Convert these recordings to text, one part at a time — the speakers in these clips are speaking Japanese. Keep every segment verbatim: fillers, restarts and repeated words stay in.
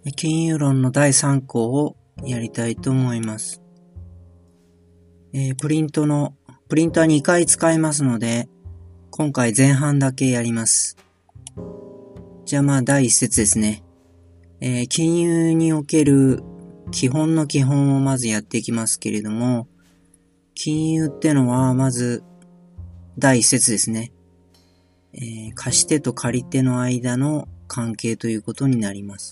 金融論のだいさん項をやりたいと思います。えー、プリントの、プリントはにかい使いますので、今回前半だけやります。じゃあまあだいいっ節ですね。えー、金融における基本の基本をまずやっていきますけれども、金融ってのはまずだいいっ節ですね。えー、貸し手と借り手の間の関係ということになります。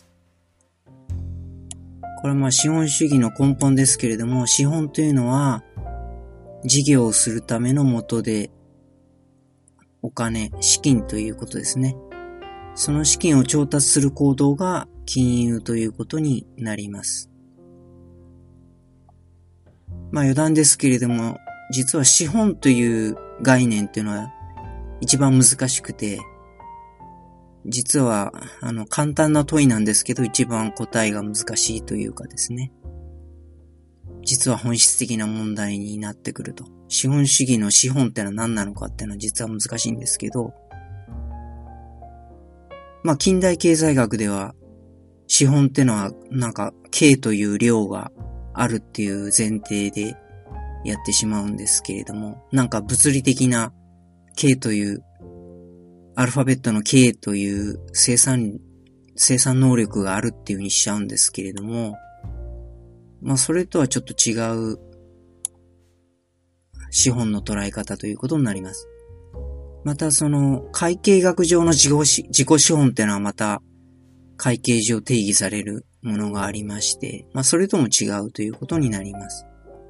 これはまあ資本主義の根本ですけれども、資本というのは事業をするための元でお金、資金ということですね。その資金を調達する行動が金融ということになります。まあ余談ですけれども、実は資本という概念っていうのは一番難しくて、実はあの簡単な問いなんですけど一番答えが難しいというかですね。実は本質的な問題になってくると。資本主義の資本ってのは何なのかっていうのは実は難しいんですけど、まあ近代経済学では資本ってのはなんか K という量があるっていう前提でやってしまうんですけれども、なんか物理的な K というアルファベットの K という生産、生産能力があるっていう風にしちゃうんですけれども、まあそれとはちょっと違う資本の捉え方ということになります。またその会計学上の自己、自己資本っていうのはまた会計上定義されるものがありまして、まあそれとも違うということになります。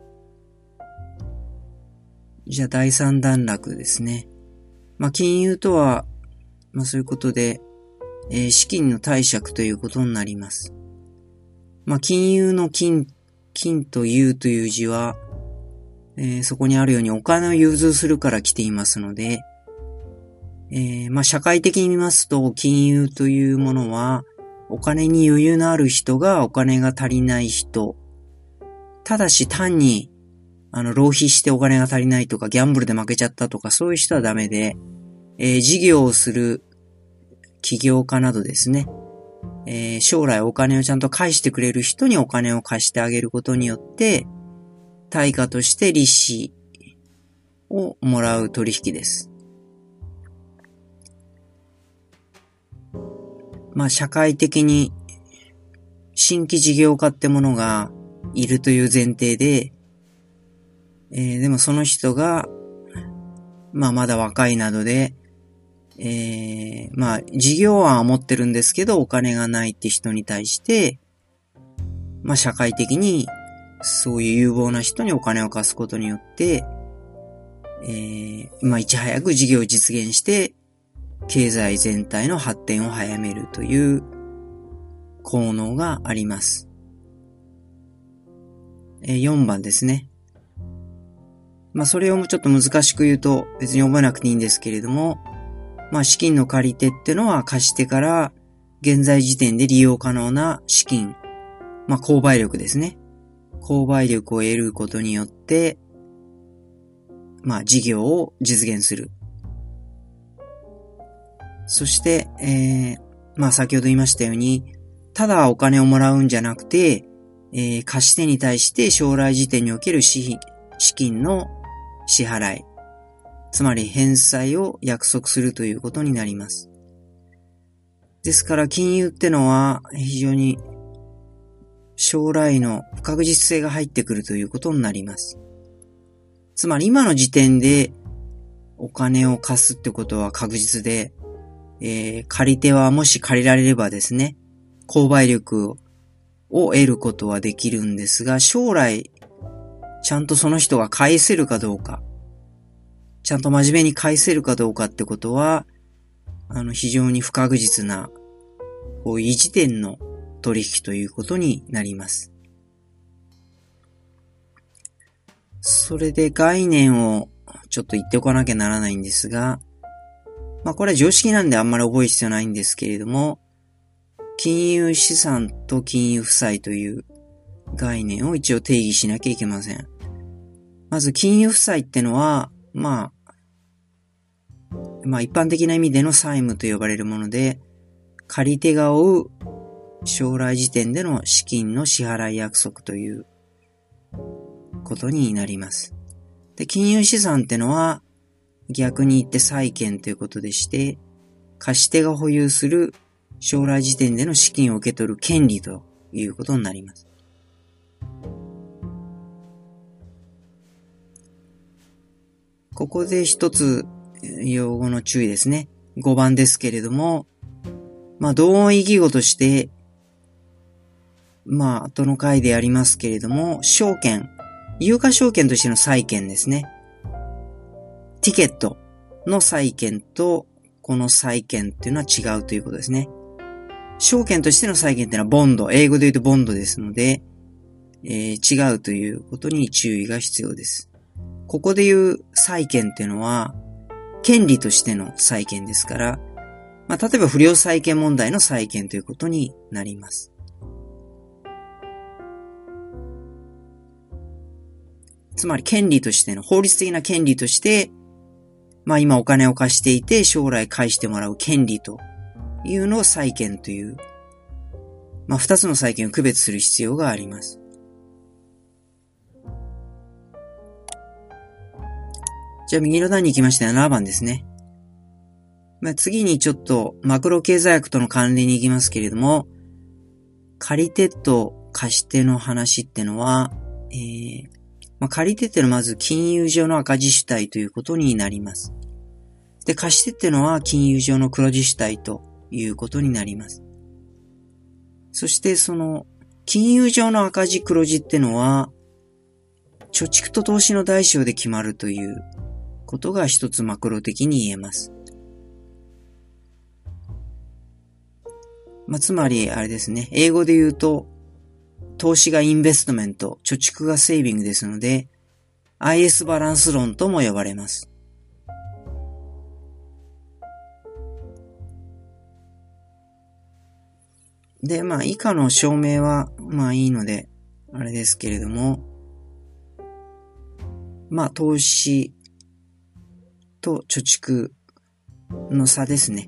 じゃあ第三段落ですね。まあ金融とはまあそういうことで、えー、資金の貸借ということになります。まあ金融の金、金と融という字は、えー、そこにあるようにお金を融通するから来ていますので、えー、まあ社会的に見ますと金融というものはお金に余裕のある人がお金が足りない人、ただし単にあの浪費してお金が足りないとかギャンブルで負けちゃったとかそういう人はダメで、えー、事業をする起業家などですね、えー、将来お金をちゃんと返してくれる人にお金を貸してあげることによって対価として利子をもらう取引です。まあ社会的に新規事業家ってものがいるという前提で、えー、でもその人がまあまだ若いなどで、えー、まあ事業案は持ってるんですけどお金がないって人に対して、まあ社会的にそういう有望な人にお金を貸すことによって、えー、まあいち早く事業を実現して経済全体の発展を早めるという効能があります。えー、よんばんですね。まあそれをちょっと難しく言うと別に覚えなくていいんですけれども、まあ資金の借り手ってのは貸し手から現在時点で利用可能な資金、まあ購買力ですね。購買力を得ることによって、まあ事業を実現する。そして、えー、まあ先ほど言いましたように、ただお金をもらうんじゃなくて、えー、貸し手に対して将来時点における資金の支払い、つまり返済を約束するということになります。ですから金融ってのは非常に将来の不確実性が入ってくるということになります。つまり今の時点でお金を貸すってことは確実で、えー、借り手はもし借りられればですね、購買力を得ることはできるんですが、将来ちゃんとその人が返せるかどうか、ちゃんと真面目に返せるかどうかってことは、あの非常に不確実なこういう時点の取引ということになります。それで概念をちょっと言っておかなきゃならないんですが、まあこれは常識なんであんまり覚える必要ないんですけれども、金融資産と金融負債という概念を一応定義しなきゃいけません。まず金融負債ってのは、まあ、まあ一般的な意味での債務と呼ばれるもので、借り手が負う将来時点での資金の支払い約束ということになります。で、金融資産ってのは逆に言って債権ということでして、貸し手が保有する将来時点での資金を受け取る権利ということになります。ここで一つ用語の注意ですね。ごばんですけれども、まあ同音異義語として、まあ後の回でやりますけれども、証券、有価証券としての債券ですね。ティケットの債券とこの債券っていうのは違うということですね。証券としての債券っていうのはボンド、英語で言うとボンドですので、えー、違うということに注意が必要です。ここで言う債権っていうのは、権利としての債権ですから、まあ、例えば不良債権問題の債権ということになります。つまり権利としての、法律的な権利として、まあ今お金を貸していて将来返してもらう権利というのを債権という、まあ二つの債権を区別する必要があります。じゃあ右の段に行きましてななばんですね。まあ、次にちょっとマクロ経済学との関連に行きますけれども、借り手と貸し手の話ってのは、えーまあ、借り手ってのはまず金融上の赤字主体ということになります。で、貸し手ってのは金融上の黒字主体ということになります。そしてその金融上の赤字黒字ってのは、貯蓄と投資の大小で決まるということが一つマクロ的に言えます。まあ、つまりあれですね、英語で言うと、投資がインベストメント、貯蓄がセービングですので、アイエス バランス論とも呼ばれます。で、まあ以下の証明はまあいいので、あれですけれども、まあ投資と貯蓄の差ですね。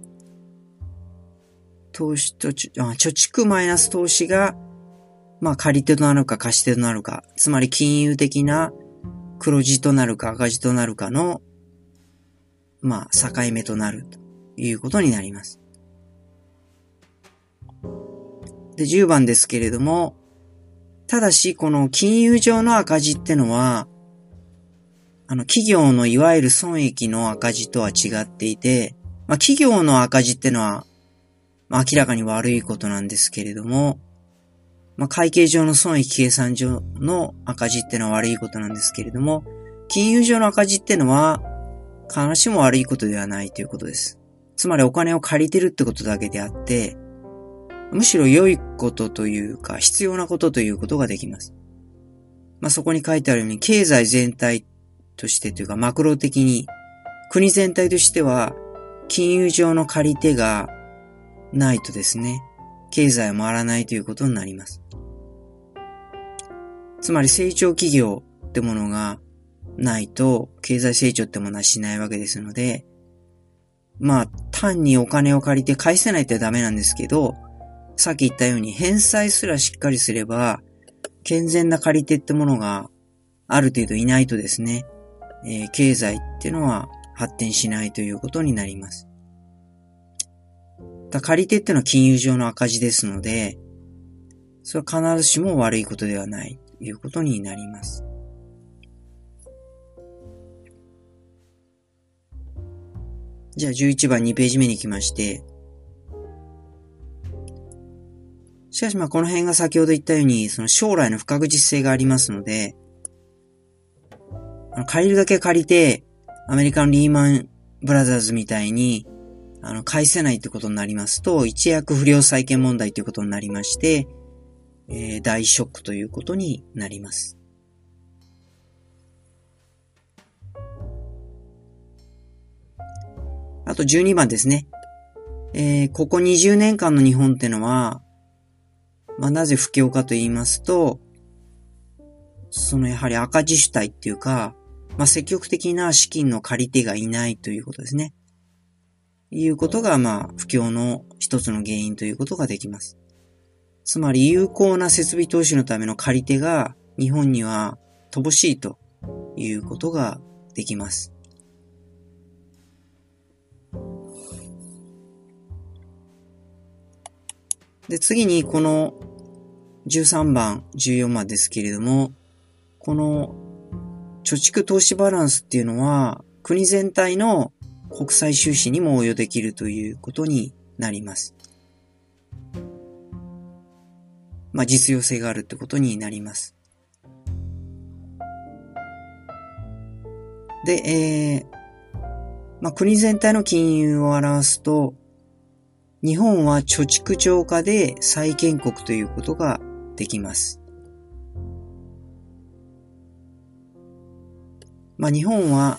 投資と貯蓄マイナス投資がまあ借り手となるか貸し手となるか、つまり金融的な黒字となるか赤字となるかのまあ境目となるということになります。でじゅうばんですけれども、ただしこの金融上の赤字ってのはあの企業のいわゆる損益の赤字とは違っていて、まあ企業の赤字ってのはまあ、明らかに悪いことなんですけれども、まあ、会計上の損益計算上の赤字ってのは悪いことなんですけれども、金融上の赤字ってのは必ずしも悪いことではないということです。つまりお金を借りてるってことだけであって、むしろ良いことというか必要なことということができます。まあ、そこに書いてあるように経済全体としてというかマクロ的に国全体としては金融上の借り手がないとですね、経済は回らないということになります。つまり成長企業ってものがないと経済成長ってものはしないわけですので、まあ単にお金を借りて返せないってダメなんですけど、さっき言ったように返済すらしっかりすれば健全な借り手ってものがある程度いないとですね、えー、経済っていうのは発展しないということになります。借り手ってのは金融上の赤字ですので、それは必ずしも悪いことではないということになります。じゃあじゅういちばんにページ目に行きまして、しかしまあこの辺が先ほど言ったようにその将来の不確実性がありますので、借りるだけ借りてアメリカのリーマンブラザーズみたいにあの、返せないってことになりますと、一躍不良債権問題ということになりまして、えー、大ショックということになります。あとじゅうにばんですね。えー、ここにじゅうねんかんの日本ってのは、まあ、なぜ不況かと言いますと、そのやはり赤字主体っていうか、まあ、積極的な資金の借り手がいないということですね。いうことが、まあ、不況の一つの原因ということができます。 つまり有効な設備投資のための借り手が日本には乏しいということができます。で、次にこのじゅうさんばん、じゅうよんばんですけれども、この貯蓄投資バランスっていうのは国全体の国際収支にも応用できるということになります。まあ実用性があるってことになります。で、えー、まあ国全体の金融を表すと、日本は貯蓄超過で債権国ということができます。まあ日本は、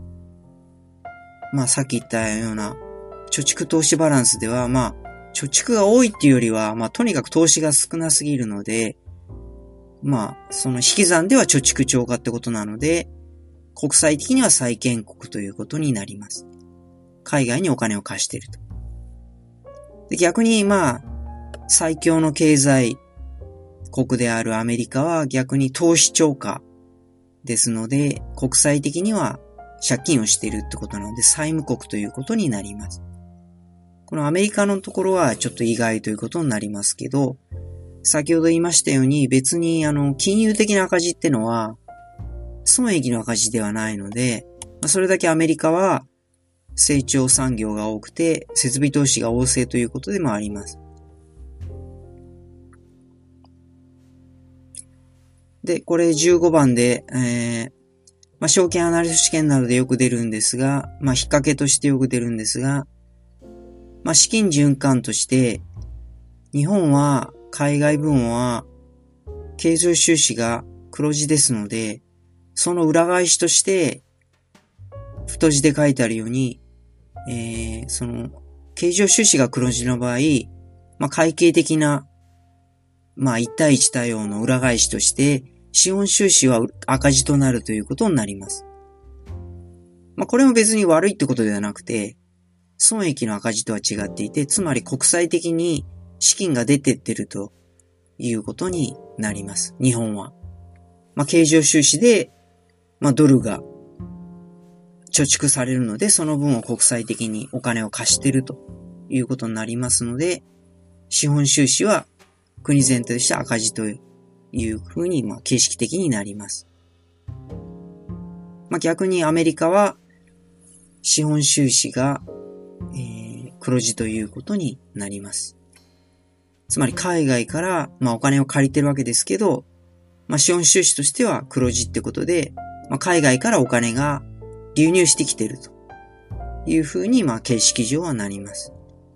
まあさっき言ったような貯蓄投資バランスでは、まあ貯蓄が多いっていうよりは、まあとにかく投資が少なすぎるので、まあその引き算では貯蓄超過ってことなので、国際的には債権国ということになります。海外にお金を貸していると。で、逆にまあ最強の経済国であるアメリカは逆に投資超過ですので、国際的には借金をしているってことなので債務国ということになります。このアメリカのところはちょっと意外ということになりますけど、先ほど言いましたように別にあの金融的な赤字ってのは損益の赤字ではないので、それだけアメリカは成長産業が多くて設備投資が旺盛ということでもあります。で、これじゅうごばんで、えーまあ、証券アナリスト試験などでよく出るんですが、まあ、引っ掛けとしてよく出るんですが、まあ、資金循環として、日本は海外分は経常収支が黒字ですので、その裏返しとして、太字で書いてあるように、えー、その、経常収支が黒字の場合、まあ、会計的な、まあ、一対一対応の裏返しとして、資本収支は赤字となるということになります。まあ、これも別に悪いってことではなくて、損益の赤字とは違っていて、つまり国際的に資金が出てってるということになります。日本は。まあ、経常収支で、まあ、ドルが貯蓄されるので、その分を国際的にお金を貸しているということになりますので、資本収支は国全体として赤字というふうに、まあ、形式的になります。まあ、逆にアメリカは資本収支が、えー、黒字ということになります。つまり海外から、まあ、お金を借りてるわけですけど、まあ、資本収支としては黒字ってことで、まあ、海外からお金が流入してきているというふうに、まあ、形式上はなります。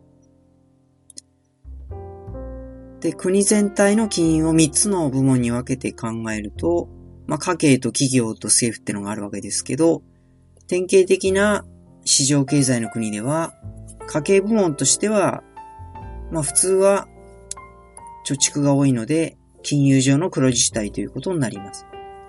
で、国全体の金融をみっつの部門に分けて考えると、まあ、家計と企業と政府ってのがあるわけですけど、典型的な市場経済の国では、家計部門としては、まあ、普通は貯蓄が多いので、金融上の黒字主体ということになります。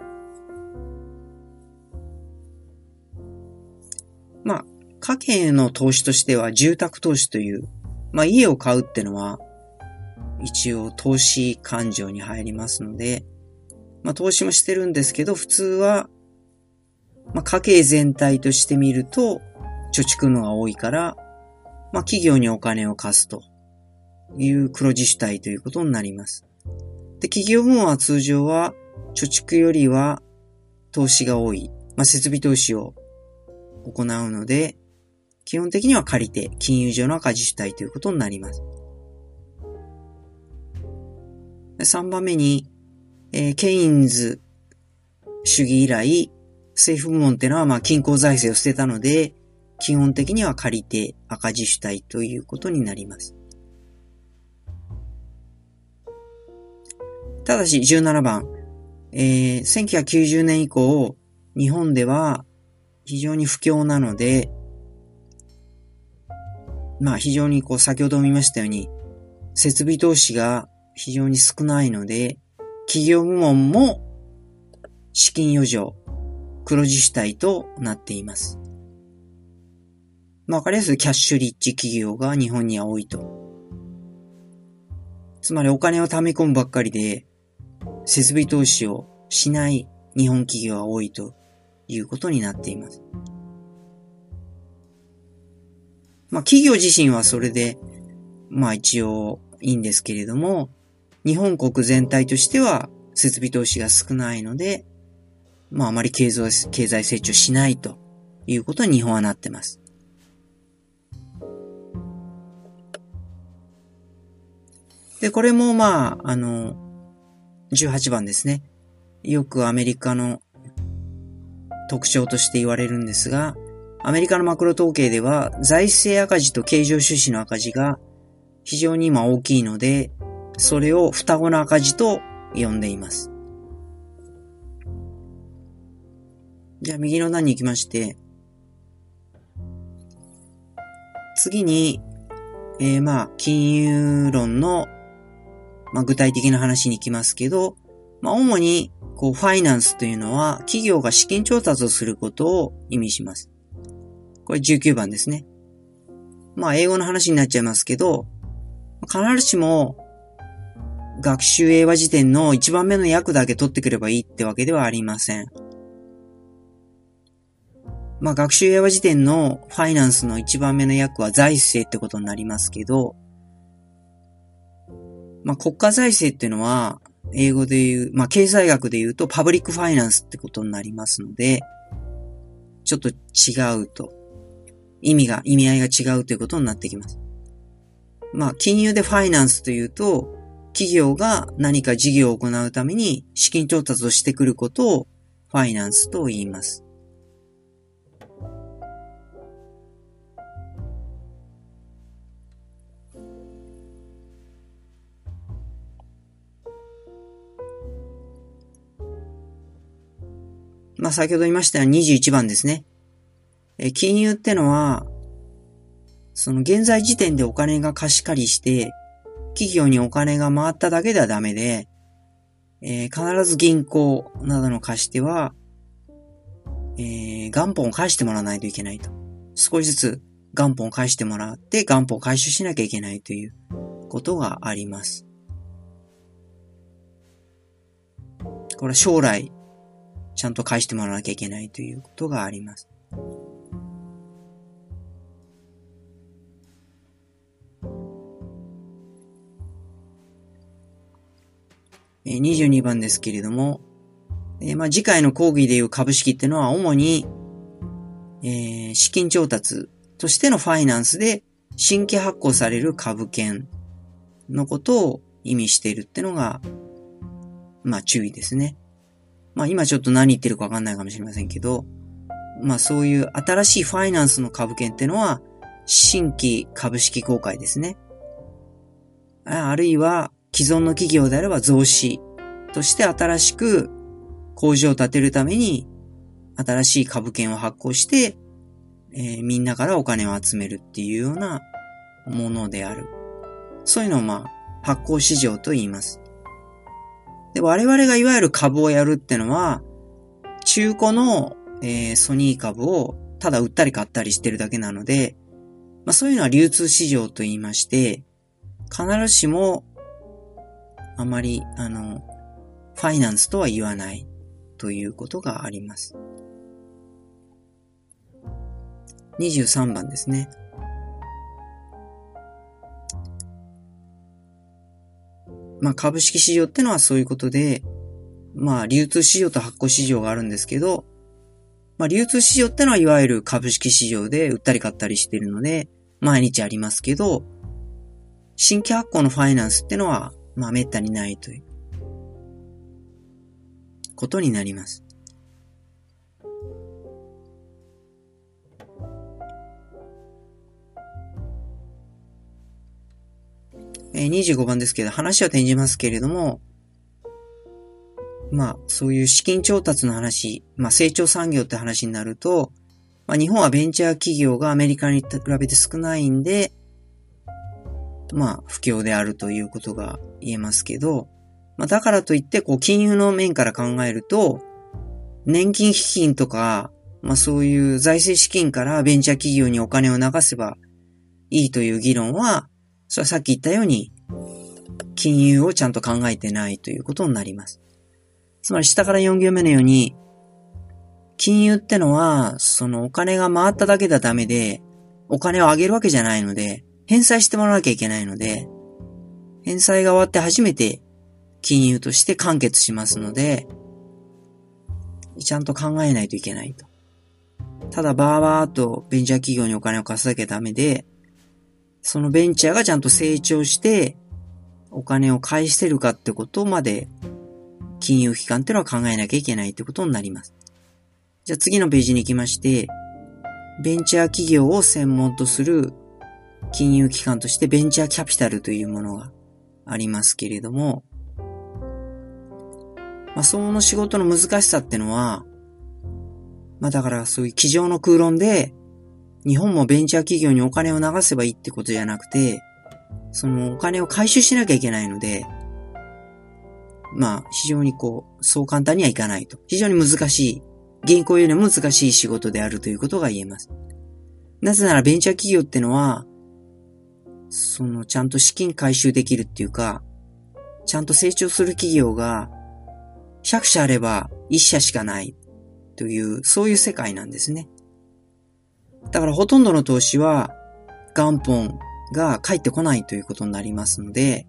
まあ、家計の投資としては住宅投資という、まあ家を買うってのは一応投資勘定に入りますので、まあ投資もしてるんですけど、普通は、まあ家計全体として見ると貯蓄のが多いから、まあ企業にお金を貸すという黒字主体ということになります。で、企業部門は通常は貯蓄よりは投資が多い、まあ設備投資を行うので、基本的には借りて金融上の赤字主体ということになります。さんばんめに、えー、ケインズ主義以来、政府部門ってのはまあ均衡財政を捨てたので、基本的には借りて赤字主体ということになります。ただしじゅうななばん、えー、せんきゅうひゃくきゅうじゅうねん以降、日本では非常に不況なので、まあ非常にこう先ほども言いましたように、設備投資が非常に少ないので、企業部門も資金余剰、黒字主体となっています。まあわかりやすいキャッシュリッチ企業が日本には多いと。 つまりお金を貯め込むばっかりで、設備投資をしない日本企業が多いということになっています。まあ企業自身はそれで、まあ一応いいんですけれども、日本国全体としては設備投資が少ないので、まああまり経済、経済成長しないということに日本はなってます。で、これもまあ、あの、じゅうはちばんですね。よくアメリカの特徴として言われるんですが、アメリカのマクロ統計では財政赤字と経常収支の赤字が非常に今大きいので、それを双子の赤字と呼んでいます。じゃあ右の段に行きまして、次に、えー、まあ金融論の、まあ、具体的な話に行きますけど、まあ主にこうファイナンスというのは企業が資金調達をすることを意味します。これじゅうきゅうばんですね。まあ英語の話になっちゃいますけど、必ずしも学習英和辞典のいちばんめの訳だけ取ってくればいいってわけではありません。まあ学習英和辞典のファイナンスのいちばんめの訳は財政ってことになりますけど、まあ国家財政っていうのは英語で言う、まあ経済学で言うとパブリックファイナンスってことになりますので、ちょっと違うと。意味が、意味合いが違うということになってきます。まあ金融でファイナンスというと、企業が何か事業を行うために資金調達をしてくることをファイナンスと言います。まあ先ほど言いましたようににじゅういちばんですね。え、金融ってのは、その現在時点でお金が貸し借りして、企業にお金が回っただけではダメで、えー、必ず銀行などの貸し手は、えー、元本を返してもらわないといけないと。少しずつ元本を返してもらって元本を回収しなきゃいけないということがあります。これは将来、ちゃんと返してもらわなきゃいけないということがあります。にじゅうにばんですけれども、えー、まあ次回の講義でいう株式っていうのは主に、えー、資金調達としてのファイナンスで新規発行される株券のことを意味しているっていうのが、まあ注意ですね。まあ今ちょっと何言ってるかわかんないかもしれませんけど、まあそういう新しいファイナンスの株券っていうのは新規株式公開ですね。あるいは既存の企業であれば増資として新しく工場を建てるために新しい株券を発行して、えー、みんなからお金を集めるっていうようなものである。そういうのをまあ発行市場と言います。で、我々がいわゆる株をやるってのは中古の、えー、ソニー株をただ売ったり買ったりしてるだけなので、まあそういうのは流通市場と言いまして、必ずしもあまり、あの、ファイナンスとは言わないということがあります。にじゅうさんばんですね。まあ株式市場ってのはそういうことで、まあ流通市場と発行市場があるんですけど、まあ流通市場ってのはいわゆる株式市場で売ったり買ったりしているので、毎日ありますけど、新規発行のファイナンスってのは、まあ滅多にないということになります。えー、にじゅうごばんですけど、話は転じますけれども、まあ、そういう資金調達の話、まあ成長産業って話になると、まあ日本はベンチャー企業がアメリカに比べて少ないんで、まあ不況であるということが言えますけど、まあだからといってこう金融の面から考えると、年金基金とか、まあそういう財政資金からベンチャー企業にお金を流せばいいという議論は、それはさっき言ったように金融をちゃんと考えてないということになります。つまり下からよん行目のように、金融ってのは、そのお金が回っただけではダメで、お金をあげるわけじゃないので、返済してもらわなきゃいけないので、返済が終わって初めて金融として完結しますので、ちゃんと考えないといけないと。ただバーバーとベンチャー企業にお金を貸すだけダメで、そのベンチャーがちゃんと成長してお金を返してるかってことまで金融機関っていうのは考えなきゃいけないってことになります。じゃあ次のページに行きまして、ベンチャー企業を専門とする金融機関としてベンチャーキャピタルというものがありますけれども、まあ、その仕事の難しさってのは、まあだからそういう机上の空論で、日本もベンチャー企業にお金を流せばいいってことじゃなくて、そのお金を回収しなきゃいけないので、まあ非常にこう、そう簡単にはいかないと。非常に難しい、銀行よりも難しい仕事であるということが言えます。なぜならベンチャー企業ってのは、そのちゃんと資金回収できるっていうか、ちゃんと成長する企業がひゃく社あればいっ社しかないという、そういう世界なんですね。だからほとんどの投資は元本が返ってこないということになりますので、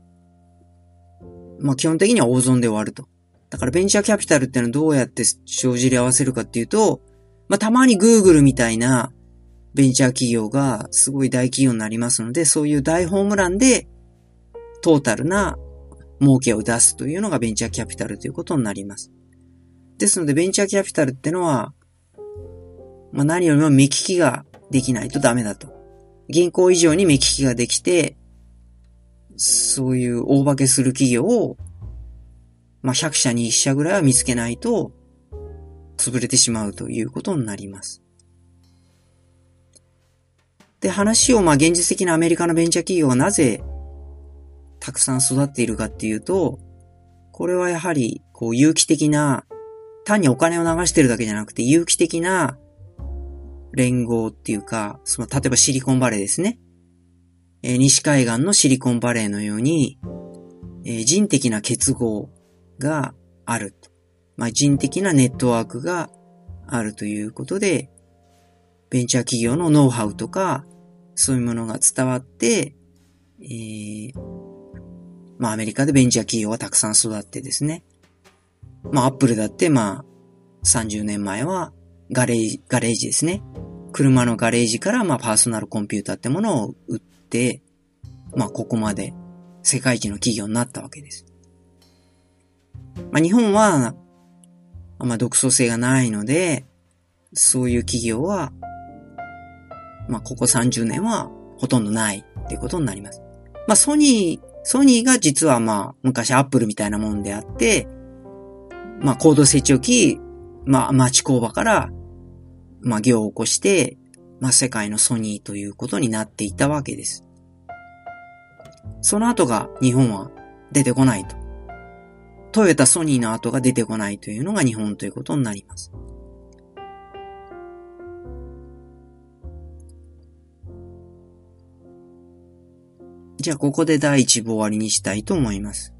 まあ基本的には大損で終わると。だからベンチャーキャピタルってのはどうやって帳尻合わせるかっていうと、まあたまに Google みたいなベンチャー企業がすごい大企業になりますので、そういう大ホームランでトータルな儲けを出すというのがベンチャーキャピタルということになります。ですのでベンチャーキャピタルってのは、まあ何よりも目利きができないとダメだと。銀行以上に目利きができて、そういう大化けする企業を、まあひゃく社にいっ社ぐらいは見つけないと、潰れてしまうということになります。で、話をまあ現実的なアメリカのベンチャー企業がなぜたくさん育っているかっていうと、これはやはりこう有機的な、単にお金を流してるだけじゃなくて有機的な連合っていうか、その例えばシリコンバレーですね。えー、西海岸のシリコンバレーのように、えー、人的な結合があると。まあ、人的なネットワークがあるということで、ベンチャー企業のノウハウとか、そういうものが伝わって、えー、まあアメリカでベンチャー企業がたくさん育ってですね。まあアップルだってまあさんじゅうねんまえはガレージ、ガレージですね。車のガレージからまあパーソナルコンピューターってものを売って、まあここまで世界一の企業になったわけです。まあ日本はまあ独創性がないので、そういう企業はまあここさんじゅうねんはほとんどないっていうことになります。まあソニー、ソニーが実はまあ昔アップルみたいなもんであって、まあ高度成長期、まあ町工場からまあ業を起こして、まあ世界のソニーということになっていたわけです。その後が日本は出てこないと。トヨタ、ソニーの後が出てこないというのが日本ということになります。じゃあここで第一部終わりにしたいと思います。